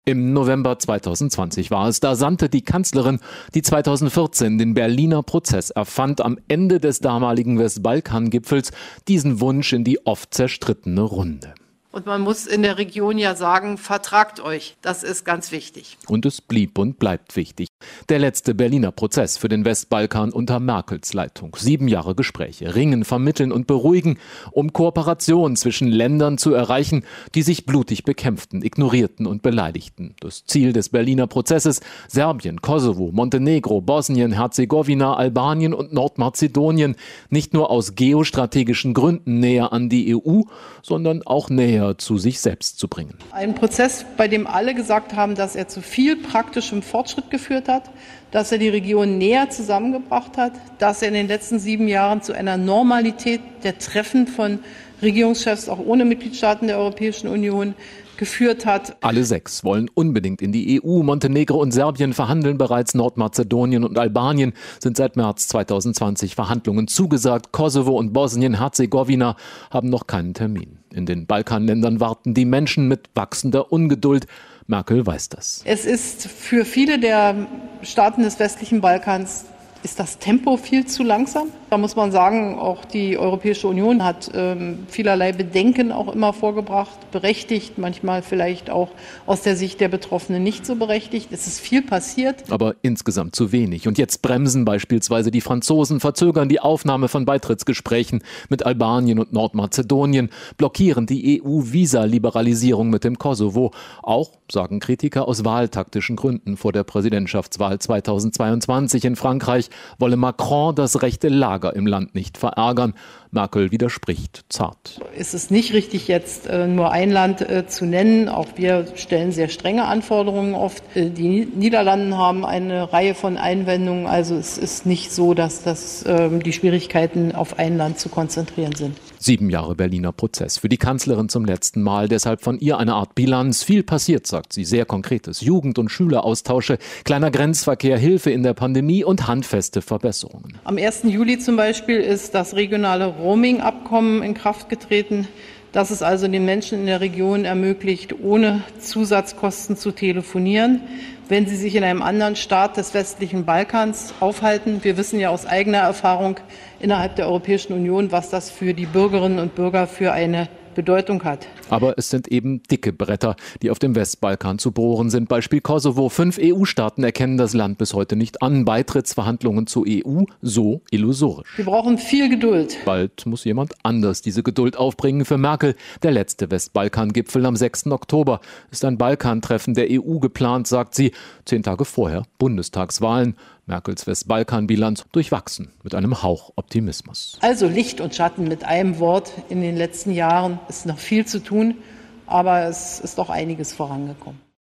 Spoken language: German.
Im November 2020 war es, da sandte die Kanzlerin, die 2014 den Berliner Prozess erfand, am Ende des damaligen Westbalkan-Gipfels diesen Wunsch in die oft zerstrittene Runde. Und man muss in der Region ja sagen, vertragt euch. Das ist ganz wichtig. Und es blieb und bleibt wichtig. Der letzte Berliner Prozess für den Westbalkan unter Merkels Leitung. 7 Jahre Gespräche, ringen, vermitteln und beruhigen, um Kooperation zwischen Ländern zu erreichen, die sich blutig bekämpften, ignorierten und beleidigten. Das Ziel des Berliner Prozesses: Serbien, Kosovo, Montenegro, Bosnien, Herzegowina, Albanien und Nordmazedonien nicht nur aus geostrategischen Gründen näher an die EU, sondern auch näher zu sich selbst zu bringen. Ein Prozess, bei dem alle gesagt haben, dass er zu viel praktischem Fortschritt geführt hat, dass er die Region näher zusammengebracht hat, dass er in den letzten 7 Jahren zu einer Normalität der Treffen von Regierungschefs auch ohne Mitgliedstaaten der Europäischen Union geführt hat. Alle 6 wollen unbedingt in die EU. Montenegro und Serbien verhandeln bereits. Nordmazedonien und Albanien sind seit März 2020 Verhandlungen zugesagt. Kosovo und Bosnien-Herzegowina haben noch keinen Termin. In den Balkanländern warten die Menschen mit wachsender Ungeduld. Merkel weiß das. Es ist für viele der Staaten des westlichen Balkans ist das Tempo viel zu langsam. Da muss man sagen, auch die Europäische Union hat vielerlei Bedenken auch immer vorgebracht, berechtigt, manchmal vielleicht auch aus der Sicht der Betroffenen nicht so berechtigt. Es ist viel passiert. Aber insgesamt zu wenig. Und jetzt bremsen beispielsweise die Franzosen, verzögern die Aufnahme von Beitrittsgesprächen mit Albanien und Nordmazedonien, blockieren die EU-Visa-Liberalisierung mit dem Kosovo. Auch, sagen Kritiker, aus wahltaktischen Gründen vor der Präsidentschaftswahl 2022 in Frankreich wolle Macron das rechte Lager im Land nicht verärgern. Merkel widerspricht zart. Es ist nicht richtig, jetzt nur ein Land zu nennen. Auch wir stellen sehr strenge Anforderungen oft. Die Niederlande haben eine Reihe von Einwendungen. Also es ist nicht so, dass die Schwierigkeiten auf ein Land zu konzentrieren sind. 7 Jahre Berliner Prozess. Für die Kanzlerin zum letzten Mal. Deshalb von ihr eine Art Bilanz. Viel passiert, sagt sie. Sehr Konkretes. Jugend- und Schüleraustausche, kleiner Grenzverkehr, Hilfe in der Pandemie und handfeste Verbesserungen. Am 1. Juli zum Beispiel ist das regionale Roaming-Abkommen in Kraft getreten, das es also den Menschen in der Region ermöglicht, ohne Zusatzkosten zu telefonieren, wenn sie sich in einem anderen Staat des westlichen Balkans aufhalten. Wir wissen ja aus eigener Erfahrung innerhalb der Europäischen Union, was das für die Bürgerinnen und Bürger für eine Bedeutung hat. Aber es sind eben dicke Bretter, die auf dem Westbalkan zu bohren sind. Beispiel Kosovo. 5 EU-Staaten erkennen das Land bis heute nicht an. Beitrittsverhandlungen zur EU so illusorisch. Wir brauchen viel Geduld. Bald muss jemand anders diese Geduld aufbringen. Für Merkel der letzte Westbalkan-Gipfel am 6. Oktober ist ein Balkantreffen der EU geplant, sagt sie. 10 Tage vorher Bundestagswahlen. Merkels Westbalkan-Bilanz durchwachsen mit einem Hauch Optimismus. Also Licht und Schatten mit einem Wort. In den letzten Jahren ist noch viel zu tun, aber es ist doch einiges vorangekommen.